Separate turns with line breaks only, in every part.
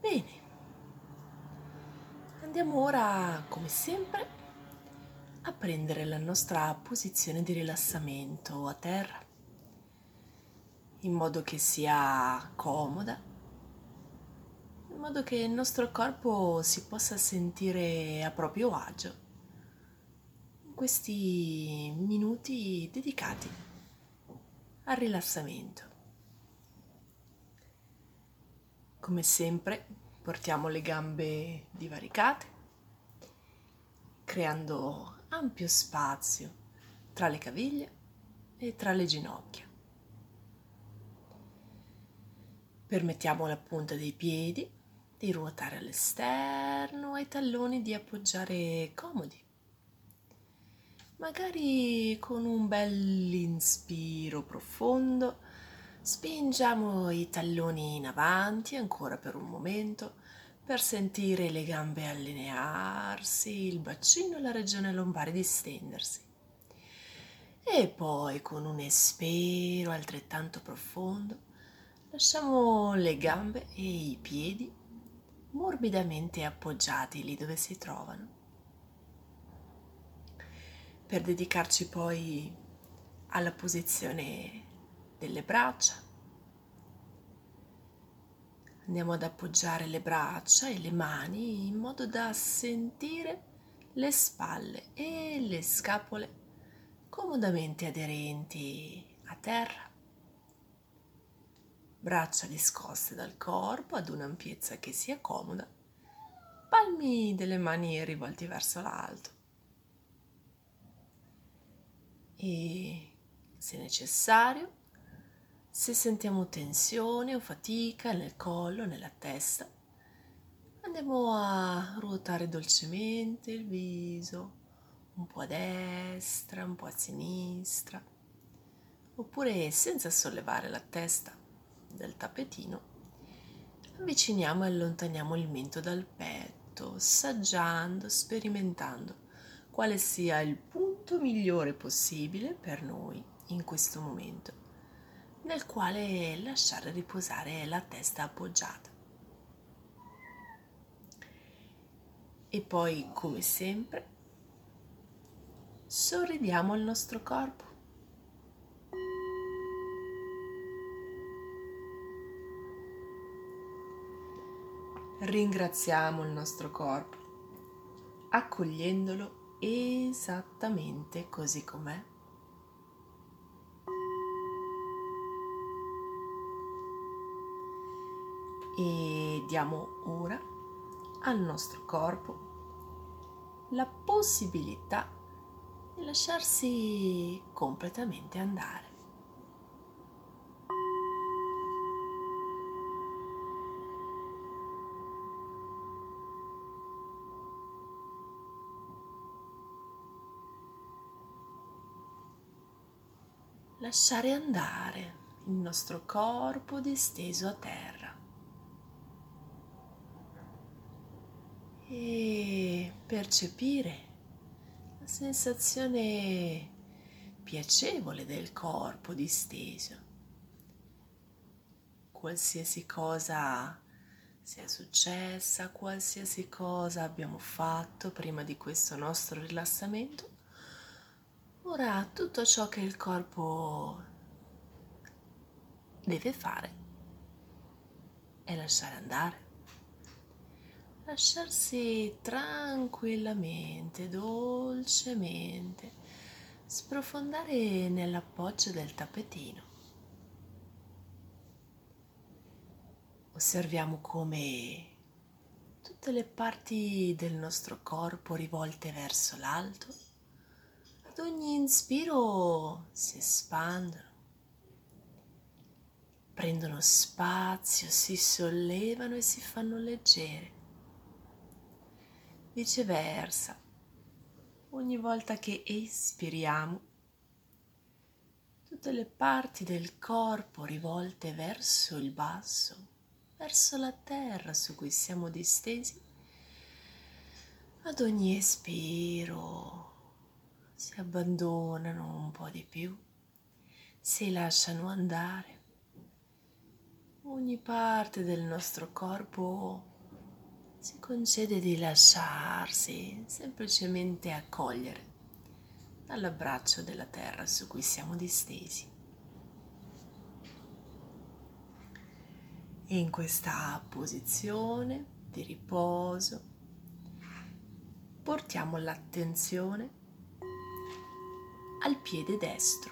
Bene, andiamo ora, come sempre, a prendere la nostra posizione di rilassamento a terra, in modo che sia comoda, in modo che il nostro corpo si possa sentire a proprio agio in questi minuti dedicati al rilassamento. Come sempre, portiamo le gambe divaricate, creando ampio spazio tra le caviglie e tra le ginocchia. Permettiamo alla punta dei piedi di ruotare all'esterno e ai talloni di appoggiare comodi. Magari con un bel inspiro profondo spingiamo i talloni in avanti ancora per un momento per sentire le gambe allinearsi, il bacino e la regione lombare distendersi. E poi con un espiro altrettanto profondo lasciamo le gambe e i piedi morbidamente appoggiati lì dove si trovano, per dedicarci poi alla posizione delle braccia. Andiamo ad appoggiare le braccia e le mani in modo da sentire le spalle e le scapole comodamente aderenti a terra. Braccia discoste dal corpo ad un'ampiezza che sia comoda, palmi delle mani rivolti verso l'alto. E se necessario, se sentiamo tensione o fatica nel collo, nella testa, andiamo a ruotare dolcemente il viso, un po' a destra, un po' a sinistra, oppure senza sollevare la testa del tappetino, avviciniamo e allontaniamo il mento dal petto, assaggiando, sperimentando quale sia il punto migliore possibile per noi in questo momento, nel quale lasciare riposare la testa appoggiata. E poi, come sempre, sorridiamo al nostro corpo. Ringraziamo il nostro corpo, accogliendolo esattamente così com'è. E diamo ora al nostro corpo la possibilità di lasciarsi completamente andare. Lasciare andare il nostro corpo disteso a terra e percepire la sensazione piacevole del corpo disteso. Qualsiasi cosa sia successa, qualsiasi cosa abbiamo fatto prima di questo nostro rilassamento, ora tutto ciò che il corpo deve fare è lasciare andare, lasciarsi tranquillamente, dolcemente sprofondare nell'appoggio del tappetino. Osserviamo come tutte le parti del nostro corpo rivolte verso l'alto, ad ogni inspiro si espandono, prendono spazio, si sollevano e si fanno leggere. Viceversa, ogni volta che espiriamo, tutte le parti del corpo rivolte verso il basso, verso la terra su cui siamo distesi, ad ogni espiro si abbandonano un po' di più, si lasciano andare. Ogni parte del nostro corpo si concede di lasciarsi semplicemente accogliere dall'abbraccio della terra su cui siamo distesi. E in questa posizione di riposo portiamo l'attenzione al piede destro.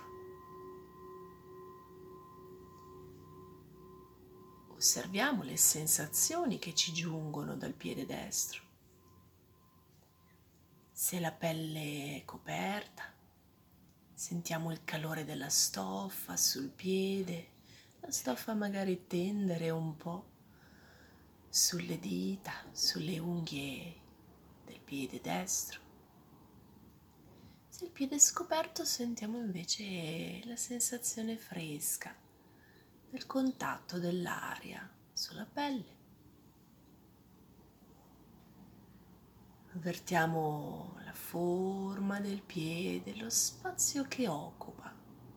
Osserviamo le sensazioni che ci giungono dal piede destro. Se la pelle è coperta, sentiamo il calore della stoffa sul piede, la stoffa magari tendere un po' sulle dita, sulle unghie del piede destro. Se il piede è scoperto, sentiamo invece la sensazione fresca del contatto dell'aria sulla pelle. Avvertiamo la forma del piede, lo spazio che occupa.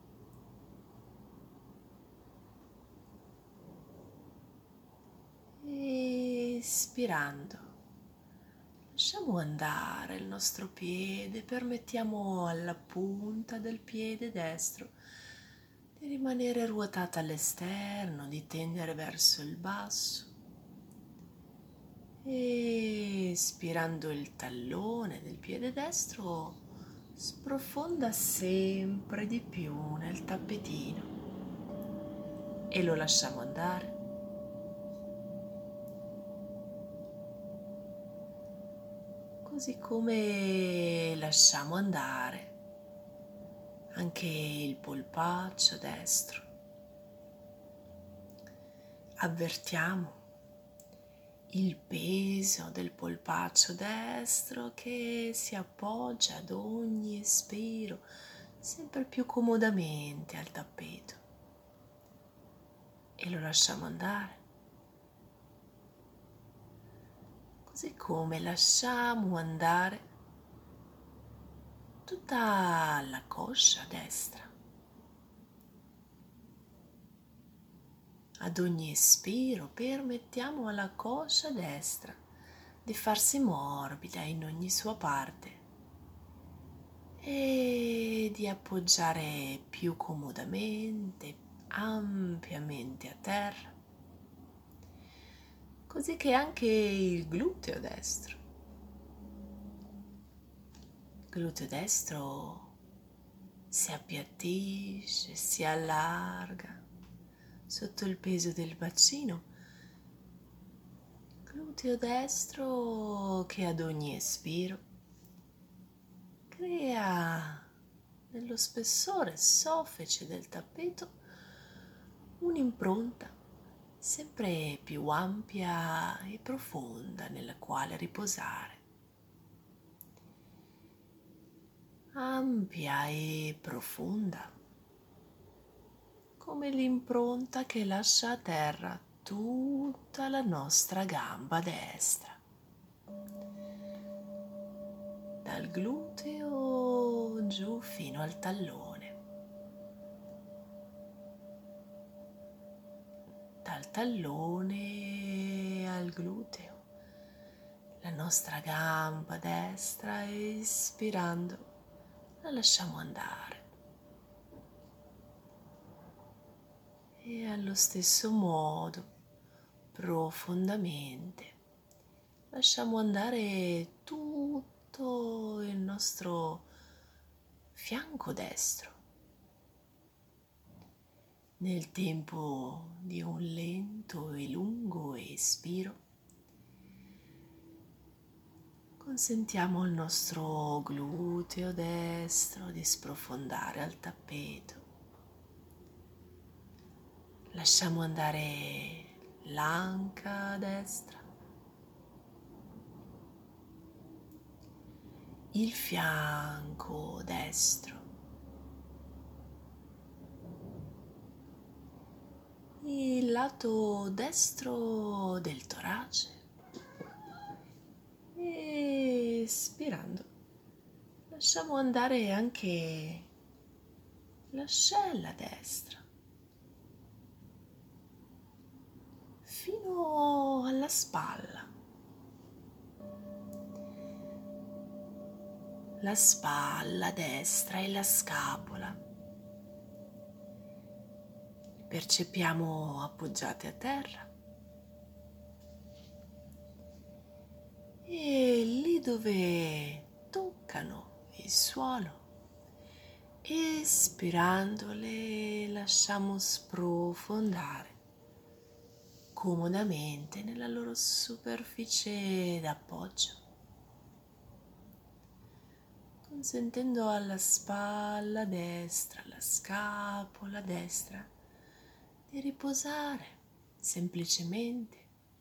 Espirando, lasciamo andare il nostro piede, permettiamo alla punta del piede destro di rimanere ruotata all'esterno, di tendere verso il basso. Espirando, il tallone del piede destro sprofonda sempre di più nel tappetino e lo lasciamo andare. Così come lasciamo andare anche il polpaccio destro. Avvertiamo il peso del polpaccio destro che si appoggia ad ogni espiro sempre più comodamente al tappeto e lo lasciamo andare. Così come lasciamo andare tutta la coscia destra. Ad ogni espiro permettiamo alla coscia destra di farsi morbida in ogni sua parte e di appoggiare più comodamente, ampiamente a terra, così che anche il gluteo destro si appiattisce, si allarga sotto il peso del bacino. Gluteo destro che ad ogni espiro crea nello spessore soffice del tappeto un'impronta sempre più ampia e profonda nella quale riposare. Ampia e profonda, come l'impronta che lascia a terra tutta la nostra gamba destra. Dal gluteo giù fino al tallone. Dal tallone al gluteo. La nostra gamba destra, espirando, la lasciamo andare. E allo stesso modo, profondamente, lasciamo andare tutto il nostro fianco destro. Nel tempo di un lento e lungo espiro, consentiamo al nostro gluteo destro di sprofondare al tappeto. Lasciamo andare l'anca destra, il fianco destro, il lato destro del torace. Espirando, lasciamo andare anche l'ascella destra, fino alla spalla. la spalla destra e la scapola. Percepiamo appoggiate a terra e lì dove toccano il suolo, espirandole lasciamo sprofondare comodamente nella loro superficie d'appoggio, consentendo alla spalla destra, alla scapola destra di riposare semplicemente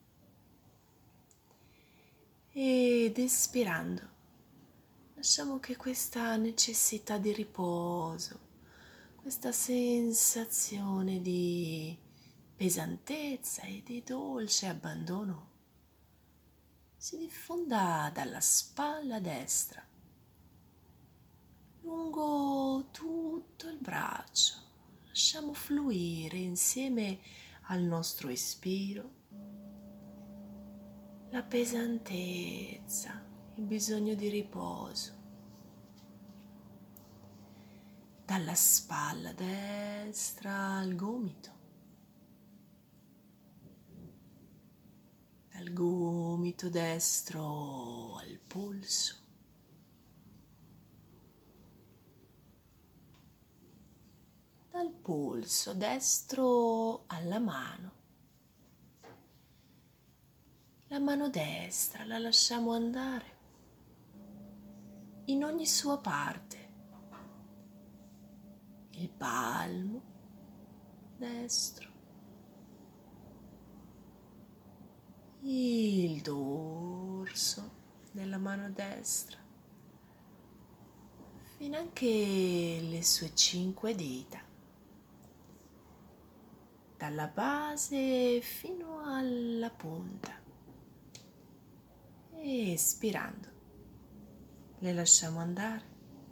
ed espirando lasciamo che questa necessità di riposo, questa sensazione di pesantezza e di dolce abbandono si diffonda dalla spalla destra lungo tutto il braccio. Lasciamo fluire insieme al nostro espiro la pesantezza, il bisogno di riposo. Dalla spalla destra al gomito, dal gomito destro al polso, dal polso destro alla mano. La mano destra la lasciamo andare in ogni sua parte. Il palmo destro, il dorso della mano destra, finanche le sue 5 dita, dalla base fino alla punta. E espirando le lasciamo andare.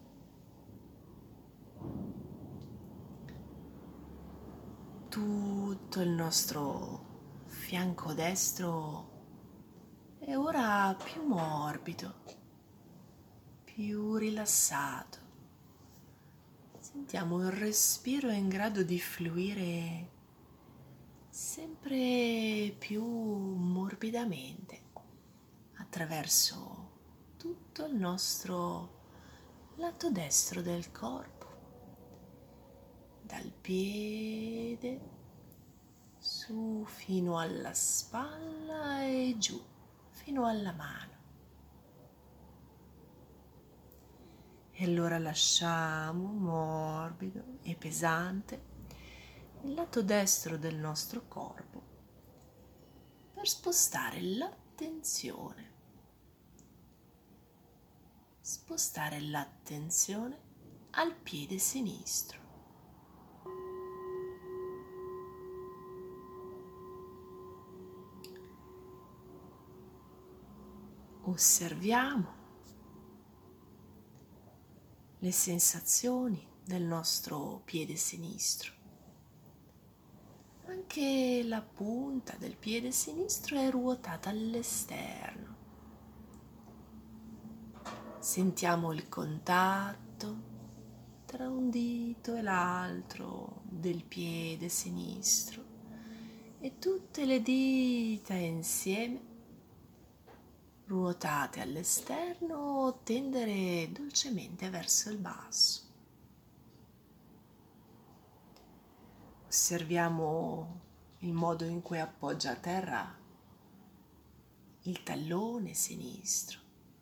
Tutto il nostro fianco destro è ora più morbido, più rilassato. Sentiamo il respiro in grado di fluire sempre più morbidamente attraverso tutto il nostro lato destro del corpo, dal piede su fino alla spalla e giù fino alla mano. E allora lasciamo morbido e pesante il lato destro del nostro corpo per spostare l'attenzione al piede sinistro. Osserviamo le sensazioni del nostro piede sinistro. Anche la punta del piede sinistro è ruotata all'esterno. Sentiamo il contatto tra un dito e l'altro del piede sinistro e tutte le dita insieme ruotate all'esterno tendere dolcemente verso il basso. Osserviamo il modo in cui appoggia a terra il tallone sinistro,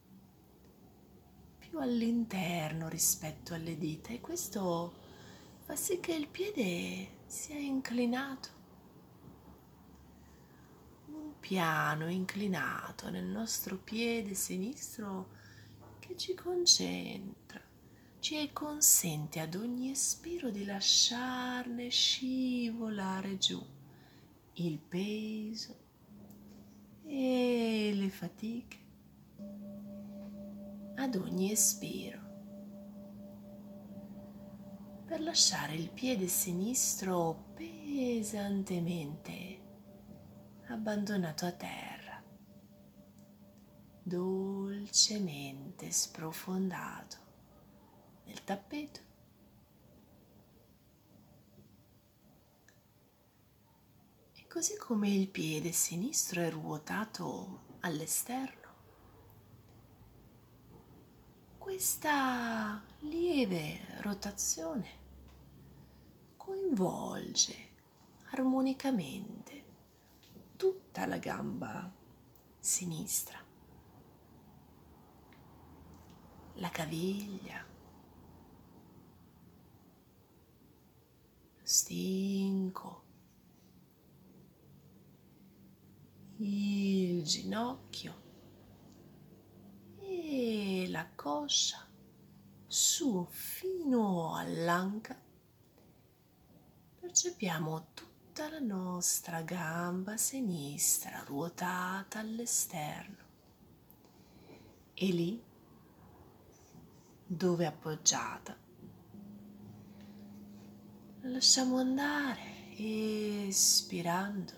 più all'interno rispetto alle dita, e questo fa sì che il piede sia inclinato, un piano inclinato nel nostro piede sinistro che ci concentra, ci consente ad ogni espiro di lasciarne scivolare giù il peso e le fatiche ad ogni espiro, per lasciare il piede sinistro pesantemente abbandonato a terra. dolcemente sprofondato nel tappeto. E così come il piede sinistro è ruotato all'esterno, questa lieve rotazione coinvolge armonicamente tutta la gamba sinistra, la caviglia, lo stinco, il ginocchio e la coscia su fino all'anca. Percepiamo tutta la nostra gamba sinistra ruotata all'esterno e lì dove è appoggiata la lasciamo andare espirando,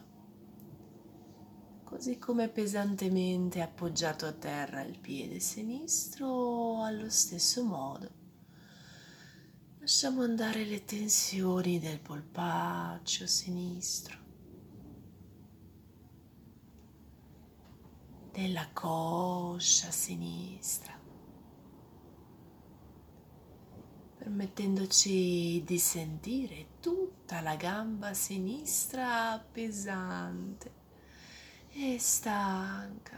così come pesantemente appoggiato a terra il piede sinistro. Allo stesso modo lasciamo andare le tensioni del polpaccio sinistro, della coscia sinistra, permettendoci di sentire tutta la gamba sinistra pesante e stanca,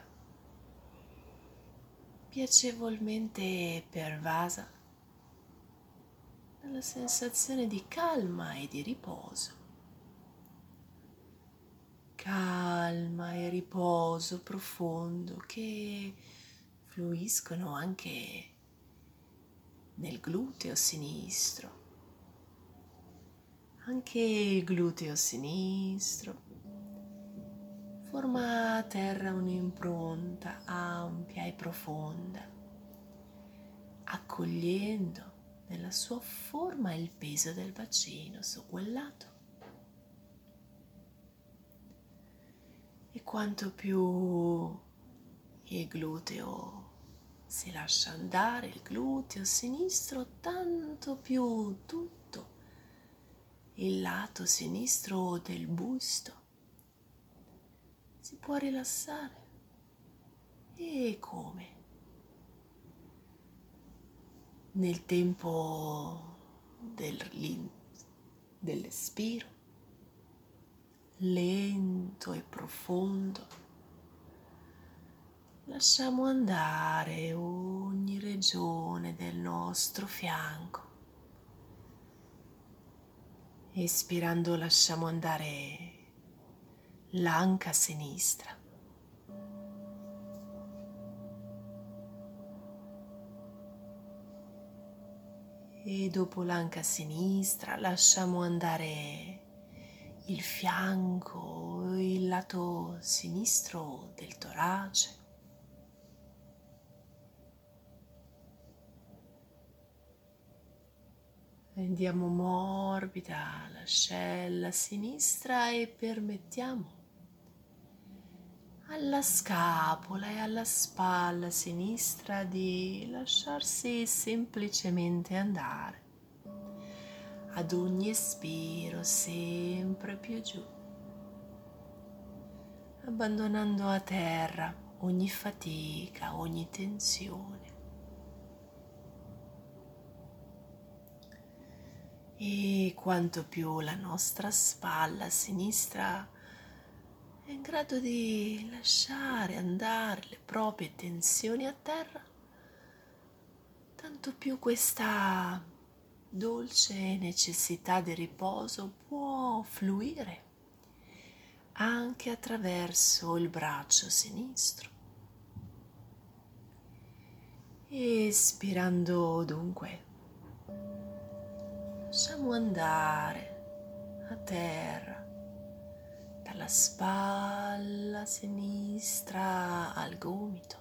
piacevolmente pervasa dalla sensazione di calma e di riposo. Calma e riposo profondo che fluiscono anche nel gluteo sinistro. Anche il gluteo sinistro forma a terra un'impronta ampia e profonda, accogliendo nella sua forma il peso del bacino su quel lato. E quanto più il gluteo si lascia andare, il gluteo sinistro, tanto più tutto il lato sinistro del busto si può rilassare. E come? Nel tempo dell'espiro, lento e profondo, lasciamo andare ogni regione del nostro fianco. Espirando lasciamo andare l'anca sinistra. E dopo l'anca sinistra lasciamo andare il fianco, il lato sinistro del torace. Rendiamo morbida l'ascella sinistra e permettiamo alla scapola e alla spalla sinistra di lasciarsi semplicemente andare ad ogni espiro sempre più giù, abbandonando a terra ogni fatica, ogni tensione. E quanto più la nostra spalla sinistra è in grado di lasciare andare le proprie tensioni a terra, tanto più questa dolce necessità di riposo può fluire anche attraverso il braccio sinistro. Espirando dunque, lasciamo andare a terra dalla spalla sinistra al gomito,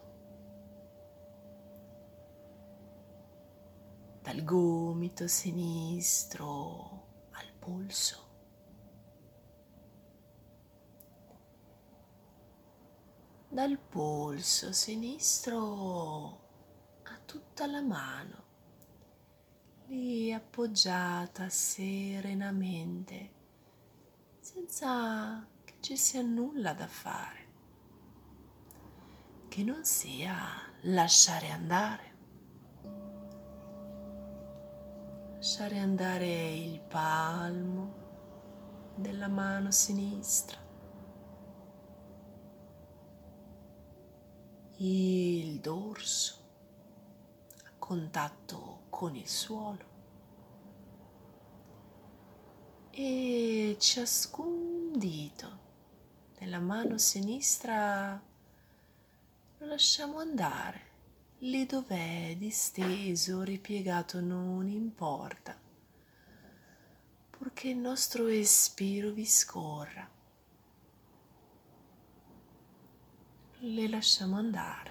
dal gomito sinistro al polso, dal polso sinistro a tutta la mano, lì appoggiata serenamente, senza che ci sia nulla da fare, che non sia lasciare andare. Lasciare andare il palmo della mano sinistra, il dorso a contatto con il suolo e ciascun dito della mano sinistra lo lasciamo andare lì dov'è, disteso, ripiegato, non importa, purché il nostro respiro vi scorra. Le lasciamo andare.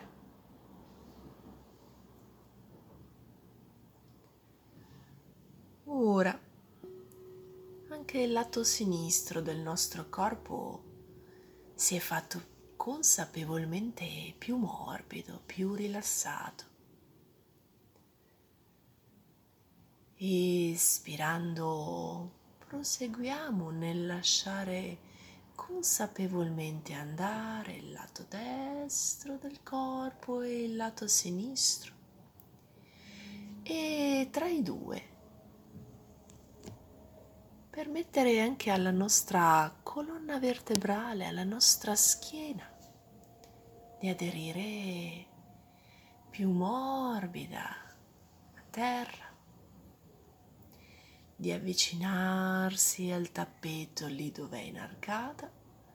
Ora, anche il lato sinistro del nostro corpo si è fatto consapevolmente più morbido, più rilassato. Ispirando, proseguiamo nel lasciare consapevolmente andare il lato destro del corpo e il lato sinistro. E tra i due permettere anche alla nostra colonna vertebrale, alla nostra schiena, di aderire più morbida a terra, di avvicinarsi al tappeto lì dove è in arcata,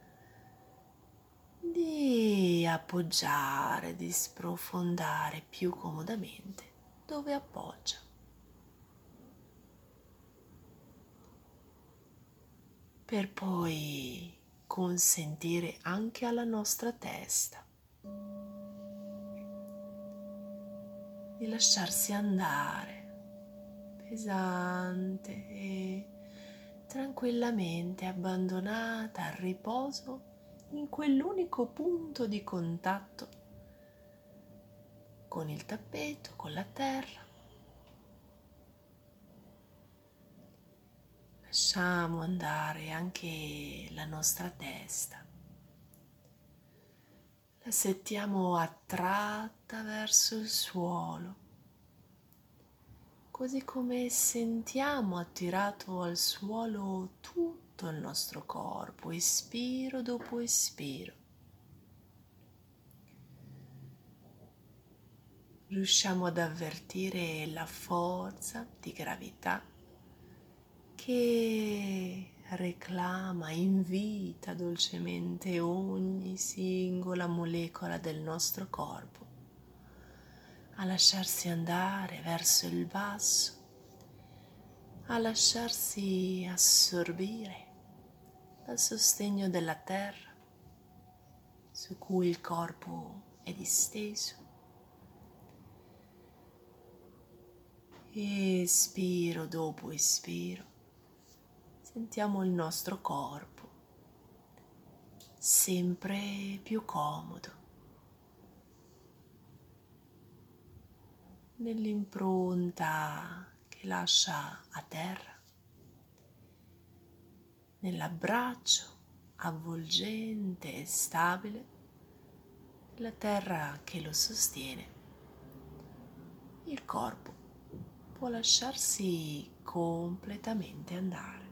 di appoggiare, di sprofondare più comodamente dove appoggia. Per poi consentire anche alla nostra testa di lasciarsi andare pesante e tranquillamente abbandonata al riposo in quell'unico punto di contatto con il tappeto, con la terra. Lasciamo andare anche la nostra testa. La settiamo attratta verso il suolo, così come sentiamo attirato al suolo tutto il nostro corpo, espiro dopo espiro. Riusciamo ad avvertire la forza di gravità che reclama, invita dolcemente ogni singola molecola del nostro corpo a lasciarsi andare verso il basso, a lasciarsi assorbire dal sostegno della terra su cui il corpo è disteso. Espiro dopo espiro, sentiamo il nostro corpo sempre più comodo, nell'impronta che lascia a terra, nell'abbraccio avvolgente e stabile, la terra che lo sostiene. Il corpo può lasciarsi completamente andare.